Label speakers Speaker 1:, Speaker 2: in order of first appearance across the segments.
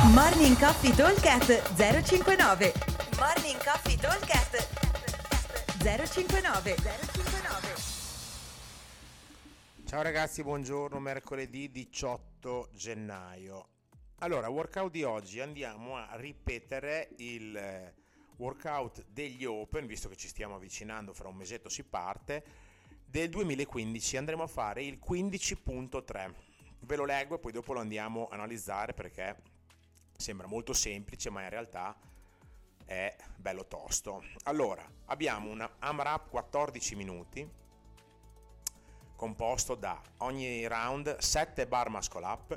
Speaker 1: Morning Coffee Talkcast 059. Morning Coffee Talkcast 059.
Speaker 2: Ciao ragazzi, buongiorno, mercoledì 18 gennaio. Allora, workout di oggi, andiamo a ripetere il workout degli Open, visto che ci stiamo avvicinando, fra un mesetto si parte, del 2015. Andremo a fare il 15.3. Ve lo leggo e poi dopo lo andiamo a analizzare, perché sembra molto semplice ma in realtà è bello tosto. Allora, abbiamo un AMRAP 14 minuti composto da ogni round 7 bar muscle up,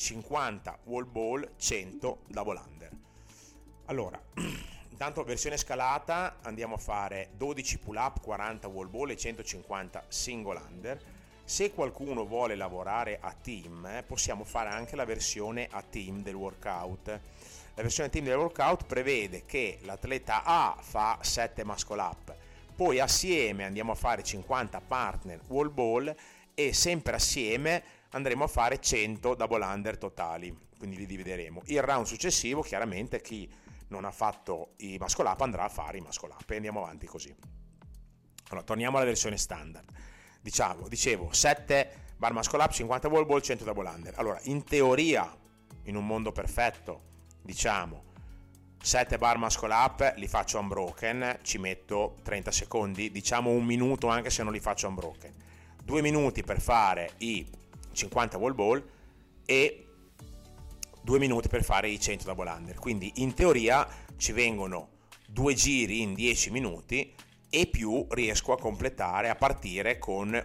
Speaker 2: 50 wall ball, 100 double under. Allora, intanto versione scalata, andiamo a fare 12 pull up, 40 wall ball e 150 single under. Se qualcuno vuole lavorare a team, possiamo fare anche la versione a team del workout. La versione team del workout prevede che l'atleta A fa 7 muscle up, poi assieme andiamo a fare 50 partner wall ball e sempre assieme andremo a fare 100 double under totali, quindi li divideremo. Il round successivo, chiaramente, chi non ha fatto i muscle up andrà a fare i muscle up e andiamo avanti così. Allora, torniamo alla versione standard. Dicevo 7 bar muscle up, 50 wall ball, 100 double under. Allora, in teoria, in un mondo perfetto, diciamo 7 bar muscle up li faccio unbroken, ci metto 30 secondi, diciamo un minuto anche se non li faccio unbroken, 2 minuti per fare i 50 wall ball e 2 minuti per fare i 100 double under. Quindi in teoria ci vengono 2 giri in 10 minuti e più riesco a completare, a partire con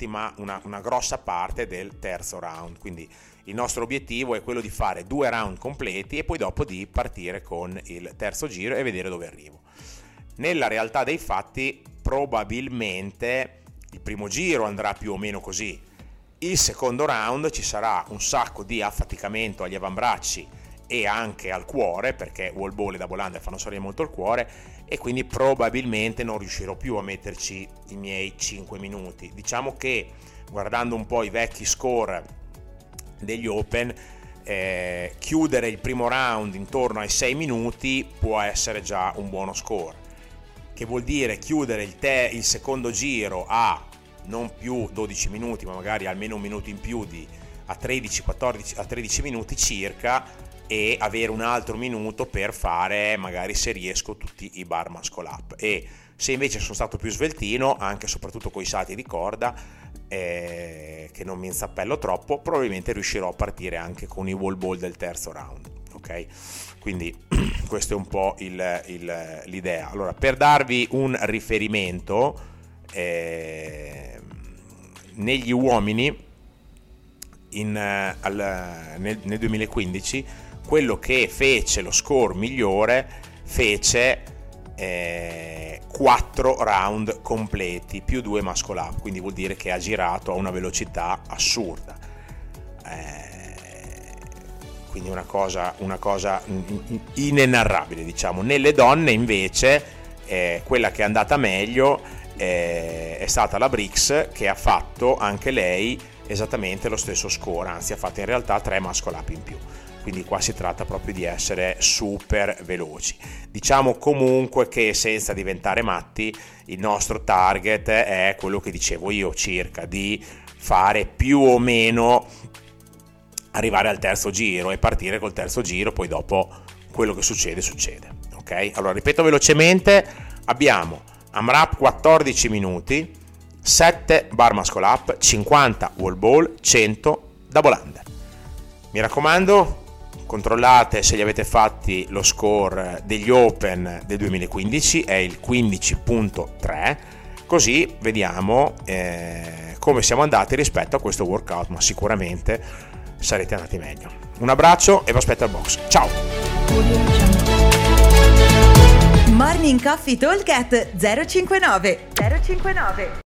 Speaker 2: una grossa parte del terzo round. Quindi il nostro obiettivo è quello di fare 2 round completi e poi dopo di partire con il terzo giro e vedere dove arrivo. Nella realtà dei fatti probabilmente il primo giro andrà più o meno così, il secondo round ci sarà un sacco di affaticamento agli avambracci e anche al cuore, perché wall ball e double under fanno salire molto il cuore, e quindi probabilmente non riuscirò più a metterci i miei 5 minuti. Diciamo che guardando un po' i vecchi score degli Open, chiudere il primo round intorno ai 6 minuti può essere già un buono score, che vuol dire chiudere il secondo giro a non più 12 minuti ma magari almeno un minuto in più, a 13 minuti circa, e avere un altro minuto per fare, magari se riesco, tutti i bar muscle up. E se invece sono stato più sveltino, anche e soprattutto con i salti di corda, che non mi inzappello troppo, probabilmente riuscirò a partire anche con i wall ball del terzo round. Ok? Quindi questo è un po' l'idea. Allora, per darvi un riferimento, negli uomini nel 2015 quello che fece lo score migliore fece 4 round completi più 2 muscle up, quindi vuol dire che ha girato a una velocità assurda, quindi una cosa inenarrabile, diciamo. Nelle donne invece quella che è andata meglio è stata la Brix, che ha fatto anche lei esattamente lo stesso score, anzi ha fatto in realtà 3 muscle up in più, quindi qua si tratta proprio di essere super veloci. Diciamo comunque che, senza diventare matti, il nostro target è quello che dicevo io, circa di fare più o meno, arrivare al terzo giro e partire col terzo giro, poi dopo quello che succede. Ok? Allora, ripeto velocemente: abbiamo AMRAP 14 minuti, 7 bar muscle up, 50 wall ball, 100 double under. Mi raccomando, controllate se li avete fatti lo score degli Open del 2015, è il 15.3, così vediamo come siamo andati rispetto a questo workout, ma sicuramente sarete andati meglio. Un abbraccio e vi aspetto al box. Ciao!
Speaker 1: Morning Coffee Talkcast 059.